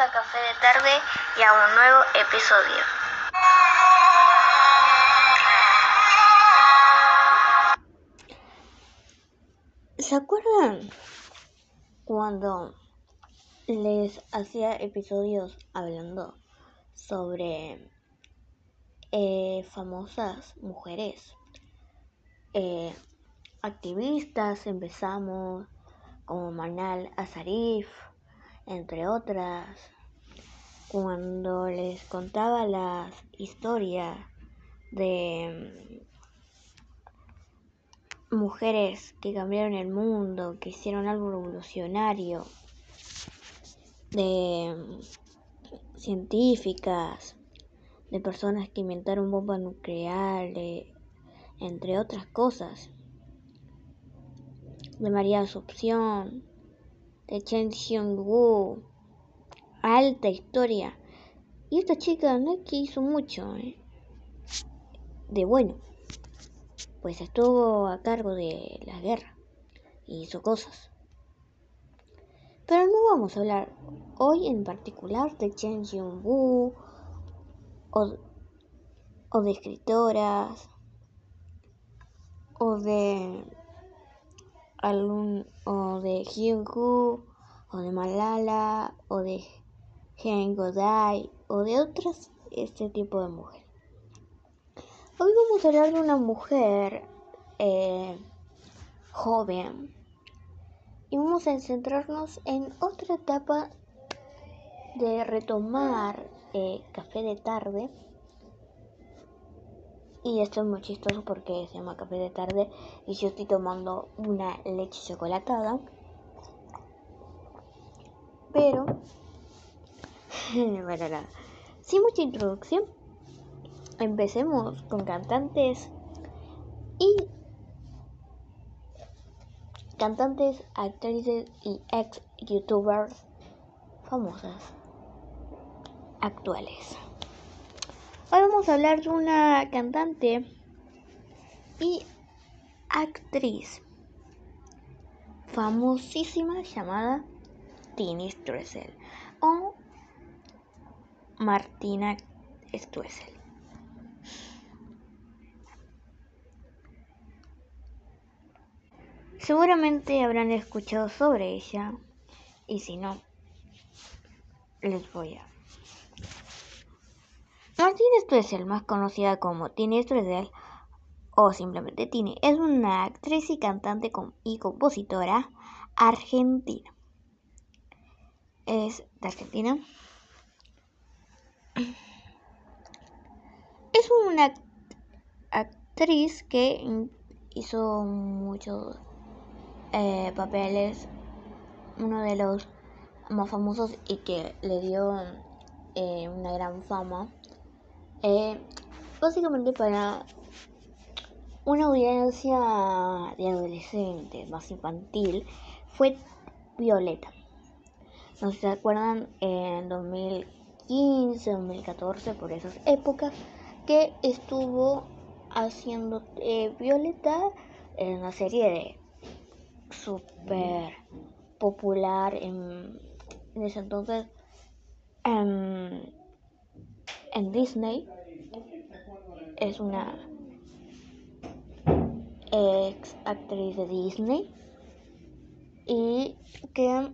a Café de Tarde y a un nuevo episodio. ¿Se acuerdan cuando les hacía episodios hablando sobre famosas mujeres activistas? Empezamos como Manal Asarif, entre otras, cuando les contaba las historias de mujeres que cambiaron el mundo, que hicieron algo revolucionario, de científicas, de personas que inventaron bombas nucleares, entre otras cosas, de María Asunción, de Chen Xiongwu, alta historia. Y esta chica no es que hizo mucho, de bueno, pues estuvo a cargo de la guerra y hizo cosas. Pero no vamos a hablar hoy en particular de Chen Xiongwu o de escritoras o de Hyunwoo o de Malala o de Jane Goddard o de otras este tipo de mujeres. Hoy vamos a hablar de una mujer joven y vamos a centrarnos en otra etapa de retomar Café de Tarde. Y esto es muy chistoso porque se llama Café de Tarde y yo estoy tomando una leche chocolatada. Pero, bueno, nada, sin mucha introducción, empecemos con cantantes, actrices y ex youtubers famosas actuales. Hoy vamos a hablar de una cantante y actriz famosísima llamada Tini Stoessel o Martina Stoessel. Seguramente habrán escuchado sobre ella y si no, les voy a... Martina Stoessel, más conocida como Tini Stoessel o simplemente Tini, es una actriz y cantante y compositora argentina. Es de Argentina. Es una actriz que hizo muchos papeles, uno de los más famosos y que le dio una gran fama, básicamente para una audiencia de adolescentes más infantil, fue Violeta. No sé si se acuerdan, en 2015, 2014, por esas épocas, que estuvo haciendo Violeta en una serie de súper popular en ese entonces en Disney. Es una ex actriz de Disney y que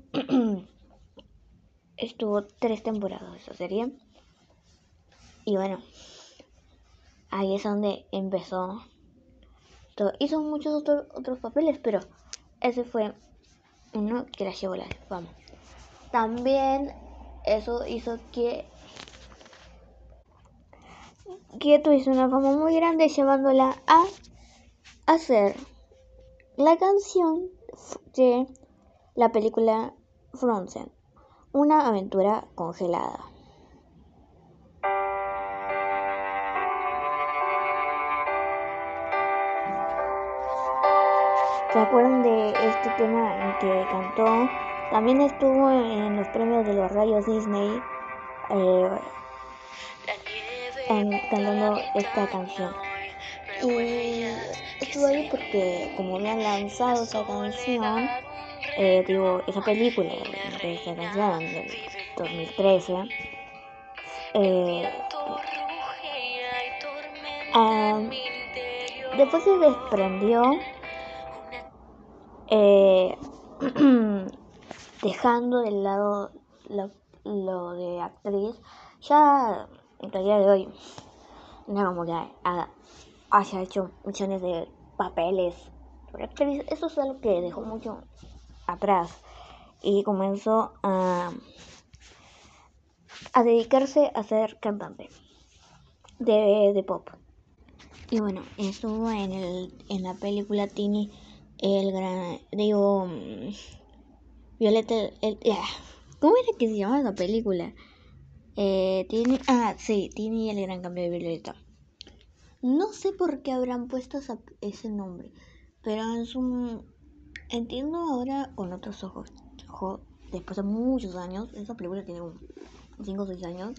estuvo 3 temporadas de esa serie. Y bueno, ahí es donde empezó todo. Hizo muchos otros papeles, pero ese fue uno que la llevó a la fama. También eso hizo que tuviese una fama muy grande, llevándola a hacer la canción de la película Frozen, una aventura congelada. ¿Se acuerdan de este tema en que cantó? También estuvo en los premios de los rayos Disney cantando esta canción. Y estuvo ahí porque como habían lanzado esa canción, esa película de esta canción, 2013. Después se desprendió, dejando de lado lo de actriz. Ya en el día de hoy no como que haya hecho millones de papeles sobre actriz. Eso es algo que dejó mucho atrás y comenzó a dedicarse a ser cantante de pop. Y bueno, estuvo en la película Tini, Violeta, ¿cómo era que se llamaba la película? Tini y el gran cambio de Violeta. No sé por qué habrán puesto ese nombre, pero entiendo ahora con otros ojos. Después de muchos años, esa película tiene 5 o 6 años,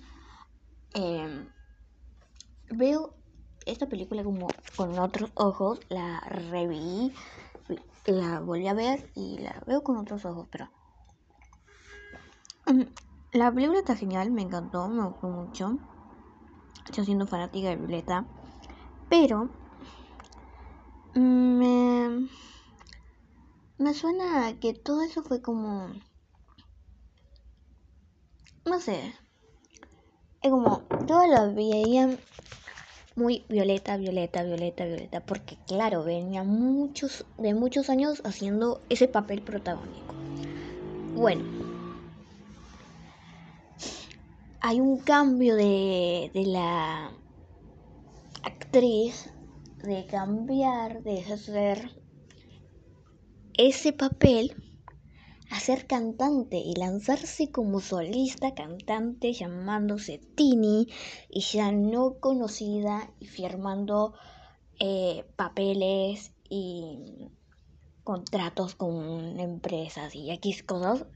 veo esta película como con otros ojos, la reví, la volví a ver y la veo con otros ojos, pero la película está genial, me encantó, me gustó mucho. Yo siendo fanática de Violeta, pero me suena que todo eso fue como, no sé, es como todos lo veían muy Violeta, porque claro, venía de muchos años haciendo ese papel protagónico. Bueno, hay un cambio de la actriz, de cambiar, de hacer ese papel a ser cantante y lanzarse como solista cantante llamándose Tini y ya no conocida y firmando papeles y contratos con empresas y X cosas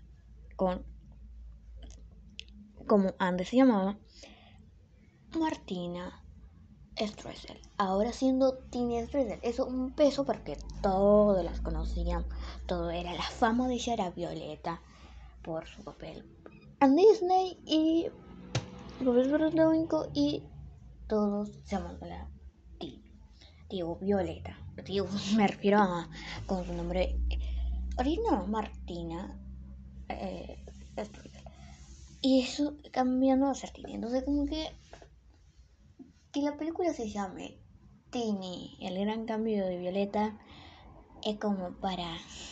como antes se llamaba Martina Stoessel. Ahora siendo Tini Stoessel, eso un peso porque todos las conocían, todo era la fama de ella era Violeta por su papel en Disney y profesor protagónico y todos se llaman la Tini. Digo Violeta, me refiero a con su nombre original Martina Stoessel. Y eso cambiando a ser Tini. Entonces como que la película se llame Tini, el gran cambio de Violeta, es como para,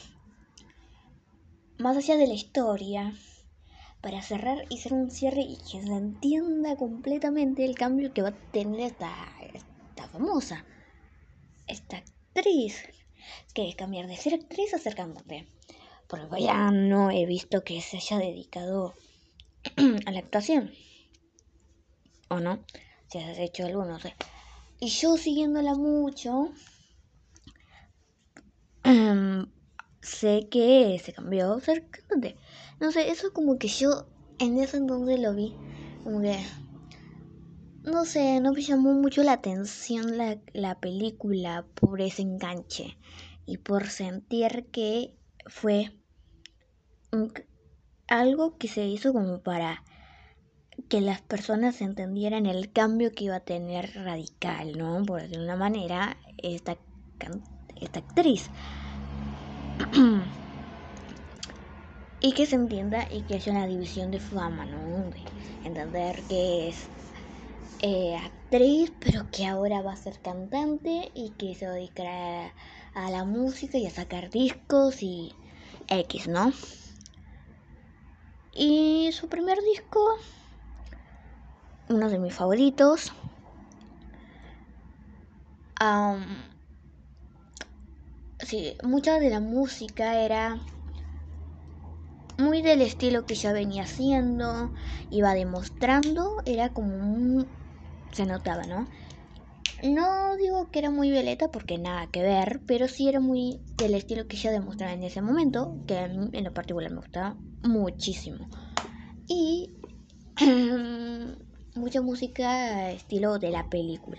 más allá de la historia, para cerrar y hacer un cierre y que se entienda completamente el cambio que va a tener esta famosa, esta actriz, que es cambiar de ser actriz a ser cantante. Porque ya no he visto que se haya dedicado a la actuación, o no, si has hecho algo, no sé. Y yo siguiéndola mucho, sé que se cambió a ser cantante. No sé, eso como que yo en ese entonces lo vi. Como que, no sé, no me llamó mucho la atención la película por ese enganche. Y por sentir que fue algo que se hizo como para que las personas entendieran el cambio que iba a tener radical, ¿no? Por decirlo de una manera, esta actriz. Y que se entienda y que haya una división de fama, ¿no? De entender que es actriz, pero que ahora va a ser cantante y que se va a dedicar a la música y a sacar discos y X, ¿no? Y su primer disco, uno de mis favoritos, sí, mucha de la música era muy del estilo que ya venía haciendo, iba demostrando, era como se notaba, ¿no? No digo que era muy Violeta porque nada que ver, pero sí era muy del estilo que ella demostraba en ese momento, que a mí en lo particular me gustaba muchísimo. Y mucha música estilo de la película.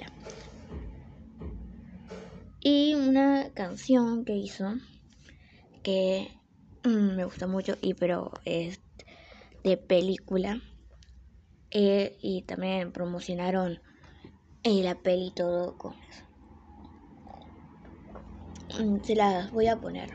Y una canción que hizo que me gusta mucho, pero es de película. Y también promocionaron la peli y todo con eso. Se las voy a poner.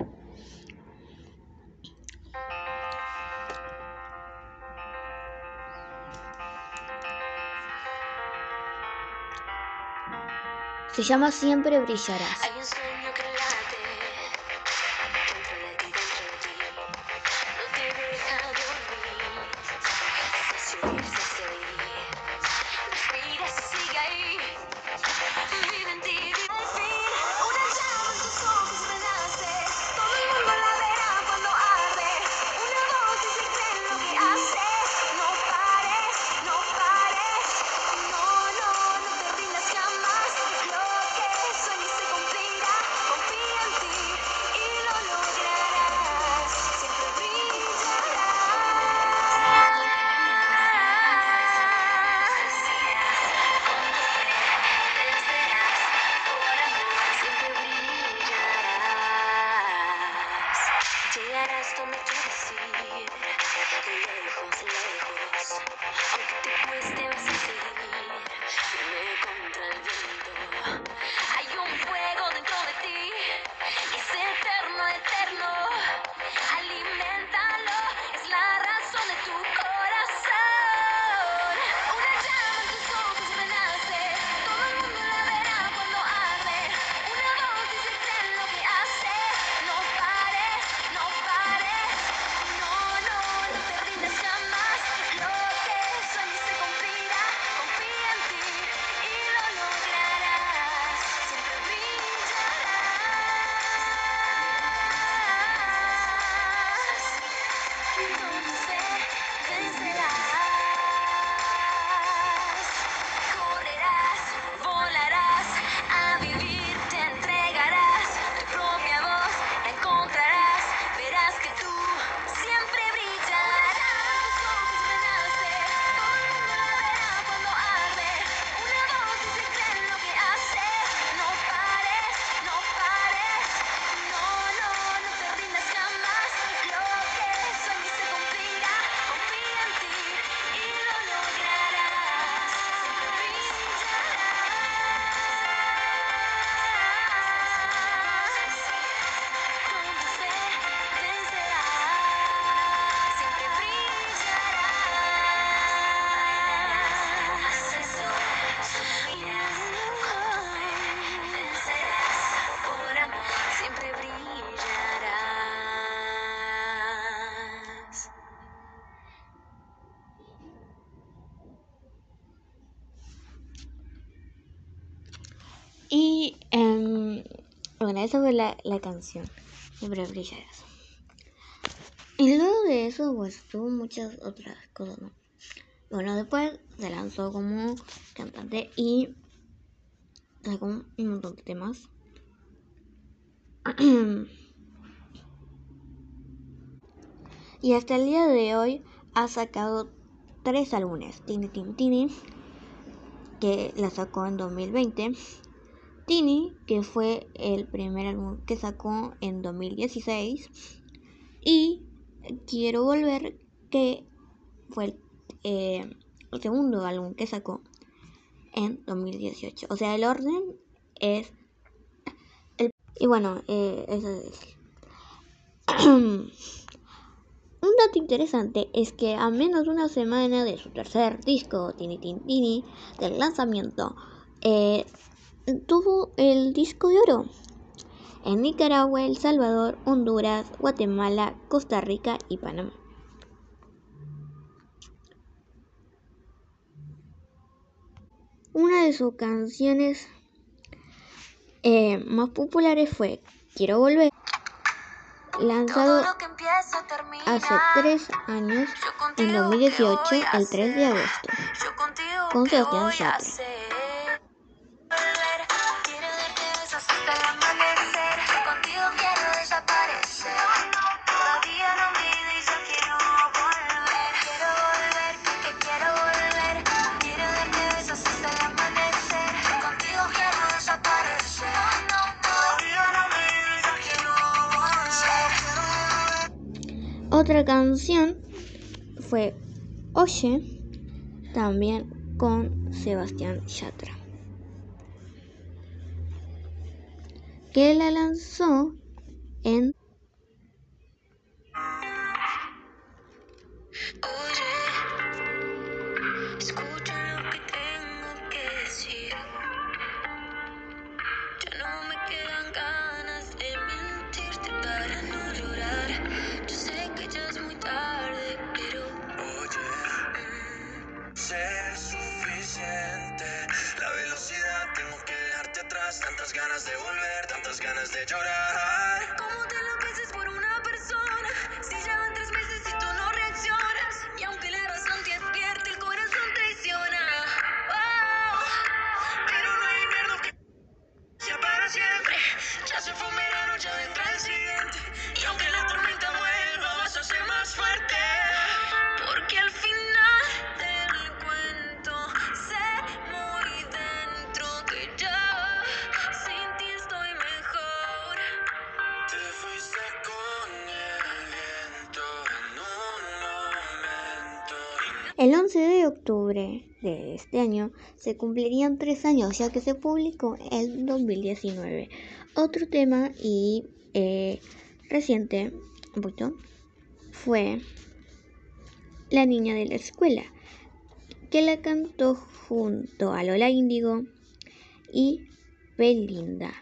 Se llama Siempre Brillarás. Hay un sueño que late dentro de ti, no te deja dormir, se subir, se seguir, respira, sigue ahí, vive en ti, vive al fin, una llama en tus ojos me nace, todo el mundo la verá cuando arde, una voz dice cree en lo que hace, no pares, no pares, no te rindas jamás, lo que sueñes se cumplirá, confía en ti y lo lograrás, siempre brillarás. Llegarás donde quieres ir, lejos, lejos, aunque te cueste vas a seguir, firme contra el viento. Hay un fuego dentro de ti, es eterno, eterno, aliméntalo, es la razón de tu corazón. Una llama en tus ojos me nace, todo el mundo la verá cuando arde, una voz dice cree en lo que hace, no pares, no pares, no te rindas jamás, lo que sueñes se cumplirá, confía en ti y lo lograrás, siempre brillarás, entonces vencerás, correrás, volarás, a vivir te entregarás, tu propia voz la encontrarás, verás que tú siempre brillarás. Tus ojos me nace, todo el mundo la verá cuando arde, una voz dice cree en lo que hace, no pares, no pares, no te rindas jamás, lo que sueñes se cumplirá, confía en ti y lo lograrás, siempre brillarás, con tu fe vencerás, siempre brillarás, haz eso, subirás, con tu fe vencerás, por amor siempre brillarás. Y bueno, esa fue la canción, Siempre Brillarás. Y luego de eso, pues tuvo muchas otras cosas, ¿no? Bueno, después se lanzó como cantante y sacó un montón de temas. Y hasta el día de hoy ha sacado 3 álbumes. Tini Tini Tini, que la sacó en 2020. Tini, que fue el primer álbum que sacó en 2016. Y Quiero Volver, que fue el segundo álbum que sacó en 2018. O sea, el orden es y bueno, eso es. Un dato interesante es que a menos de una semana de su tercer disco, Tini Tini Tini, del lanzamiento, tuvo el disco de oro en Nicaragua, El Salvador, Honduras, Guatemala, Costa Rica y Panamá. Una de sus canciones más populares fue Quiero Volver, lanzado hace 3 años, en 2018, el 3 de agosto, con Sebastián Yatra. Otra canción fue Oye, también con Sebastián Yatra, que la lanzó en Escucha lo que tengo que decir. Ya no me quedan ganas de mentirte para no llorar. Yo sé que ya es muy tarde, pero oye, ser suficiente. La velocidad, tengo que dejarte atrás. Tantas ganas de volver, tantas ganas de llorar. ¿Cómo te enloqueces por una persona? Si ya van 3 meses y tú no reaccionas. Y aunque la razón te despierte, el corazón traiciona. Oh, pero no hay invierno que sea para siempre. Ya se fue un verano, ya vendrá el siguiente. Y aunque la tormenta vuelva, vas a ser más fuerte. Porque al final del cuento sé muy dentro que ya sin ti estoy mejor. Te fuiste con el viento en un momento. el 11 de octubre de este año se cumplirían 3 años, ya que se publicó en 2019. Otro tema y reciente, un poquito, fue La niña de la escuela, que la cantó junto a Lola Índigo y Belinda.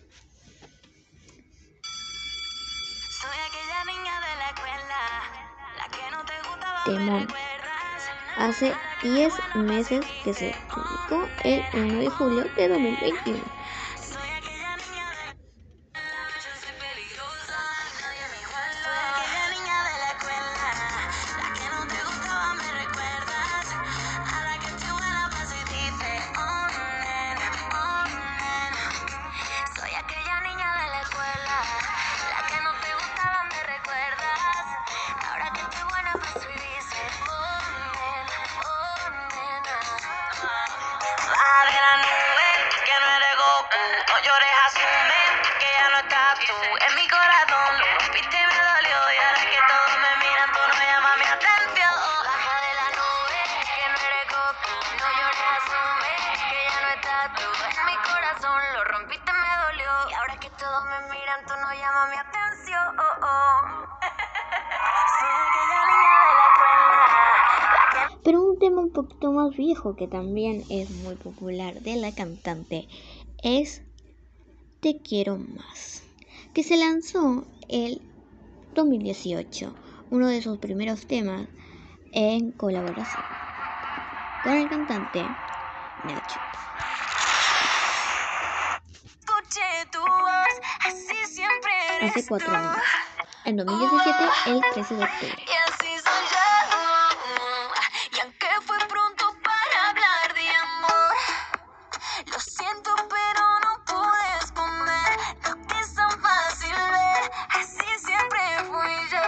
Soy aquella niña de la escuela, la que no te gustaba, me Temón. recuerdas. Hace 10 meses que se publicó el 1 de julio de 2021. Soy aquella niña de la escuela, yo soy peligrosa, nadie me iguala. Soy aquella niña de la escuela, la que no te gustaba, me recuerdas. A la que estoy buena paso y dice, oh nena, oh nena. Soy aquella niña de la escuela, la que no te gustaba, me recuerdas. Ahora que estoy buena paso y dice, oh nena, oh nena. Baja de la nube, que no eres Goku. No llores, asume que ya no estás tú. En mi corazón lo rompiste y me dolió. Y ahora que todos me miran, tú no llamas mi atención. Baja de la nube, que no eres Goku. No llores, asume que ya no estás tú. En mi corazón lo rompiste y me dolió. Y ahora que todos me miran, tú no llamas mi atención. Soy aquella niña de la escuela, la que Pero un tema un poquito más viejo que también es muy popular de la cantante es Te quiero más, que se lanzó el 2018, uno de sus primeros temas en colaboración con el cantante Nacho. escuché tu voz, así siempre eres Hace 4 tú. años, en 2017, el 13 de octubre. Y así soy yo. Y aunque fue pronto para hablar de amor, lo siento pero no pude esconder lo que es tan fácil ver. Así siempre fui yo.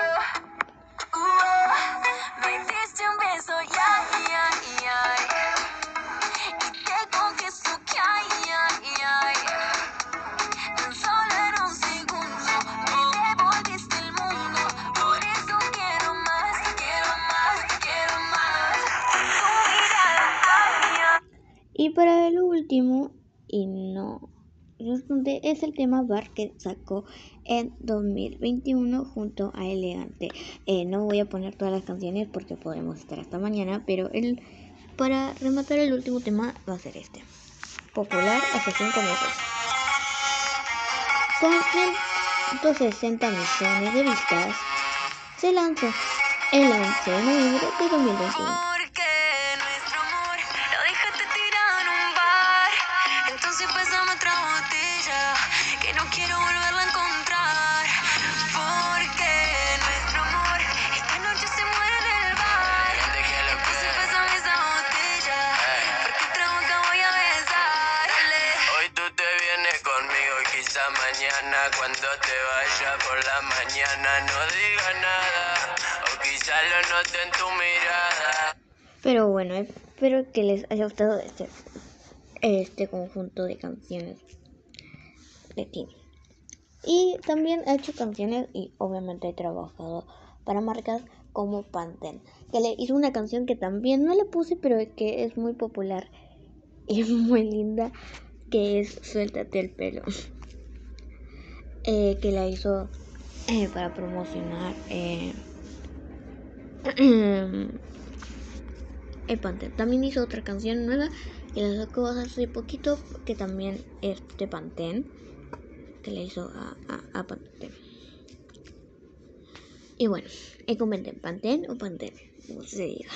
Me diste un beso, ay, ay, ay. Y te confieso que ay, ay, ay. Tan solo en un segundo me devolviste el mundo. Por eso quiero más, quiero más, quiero más. Tu mirada, ay, ay. Y para el último, y no responde, es el tema Bar que sacó en 2021 junto a Elegante. No voy a poner todas las canciones porque podemos estar hasta mañana, pero para rematar el último tema va a ser este. Popular hace 5 meses. Con 160 millones de vistas, se lanzó el 11 de noviembre de 2021. Porque nuestro amor lo dejaste tirado en un bar. Entonces pásame otra botella que no quiero volverla a encontrar. Porque nuestro amor esta noche se muere en el bar. Entonces pásame esa botella, porque otra boca voy a besar. Hoy tú te vienes conmigo y quizá mañana cuando te vaya por la mañana no diga nada. O quizá lo note en tu mirada. Pero bueno, espero que les haya gustado este conjunto de canciones de Tini. Y también ha hecho canciones y obviamente he trabajado para marcas como Pantene, que le hizo una canción que también no le puse, pero que es muy popular y muy linda, que es Suéltate el pelo, que la hizo para promocionar el Pantene. También hizo otra canción nueva que la sacó hace poquito, que también es de Pantene, que le hizo a Pantene. Y bueno, comenten, Pantene o Pantene, no se diga.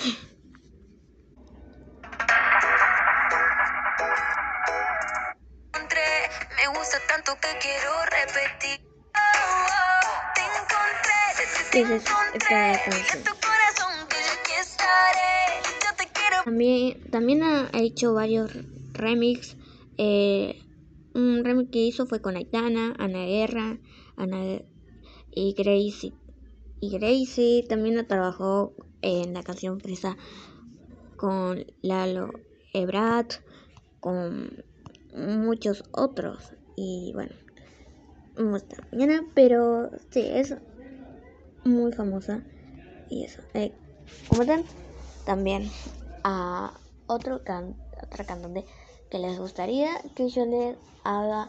Me gusta tanto que quiero repetir. Te encontré, ¿Qué es esta canción? tu corazón que yo aquí estaré. Yo te quiero. También ha hecho varios remix. Un remix que hizo fue con Aitana, Ana Guerra, y Gracie. Y Gracie también trabajó en la canción Fresa con Lalo Ebrard, con muchos otros. Y bueno, hasta mañana, pero sí, es muy famosa. Y eso, comentan también a otra cantante que les gustaría que yo les haga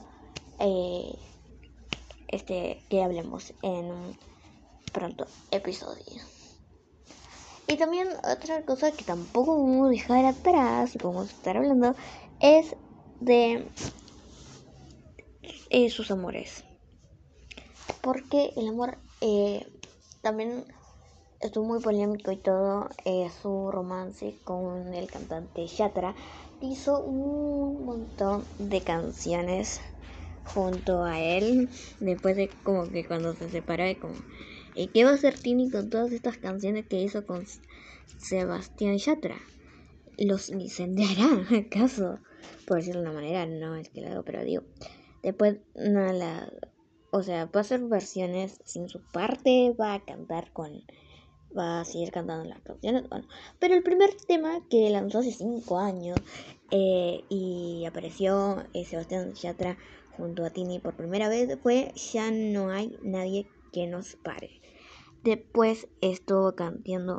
que hablemos en un pronto episodio. Y también otra cosa que tampoco vamos a dejar atrás y podemos estar hablando es de sus amores, porque el amor también estuvo muy polémico y todo. Su romance con el cantante Yatra, hizo un montón de canciones junto a él, después de como que cuando se separó, como ¿qué va a hacer Tini con todas estas canciones que hizo con Sebastián Yatra? ¿Los incendiará acaso? Por decirlo de una manera, no es que lo hago, pero digo, después no o sea, va a hacer versiones sin su parte, va a seguir cantando las canciones, bueno, pero el primer tema que lanzó hace 5 años y apareció Sebastián Yatra junto a Tini por primera vez fue Ya no hay nadie que nos pare. Después estuvo cantando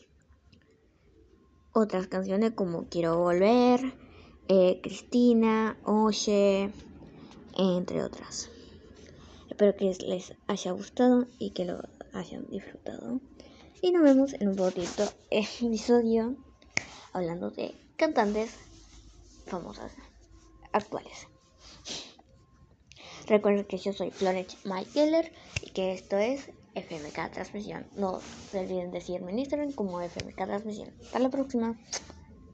otras canciones como Quiero volver, Cristina, Oye, entre otras. Espero que les haya gustado y que lo hayan disfrutado. Y nos vemos en un poquito episodio hablando de cantantes famosas actuales. Recuerden que yo soy Florence Keller y que esto es FMK Transmisión. No se olviden de seguirme en Instagram como FMK Transmisión. Hasta la próxima.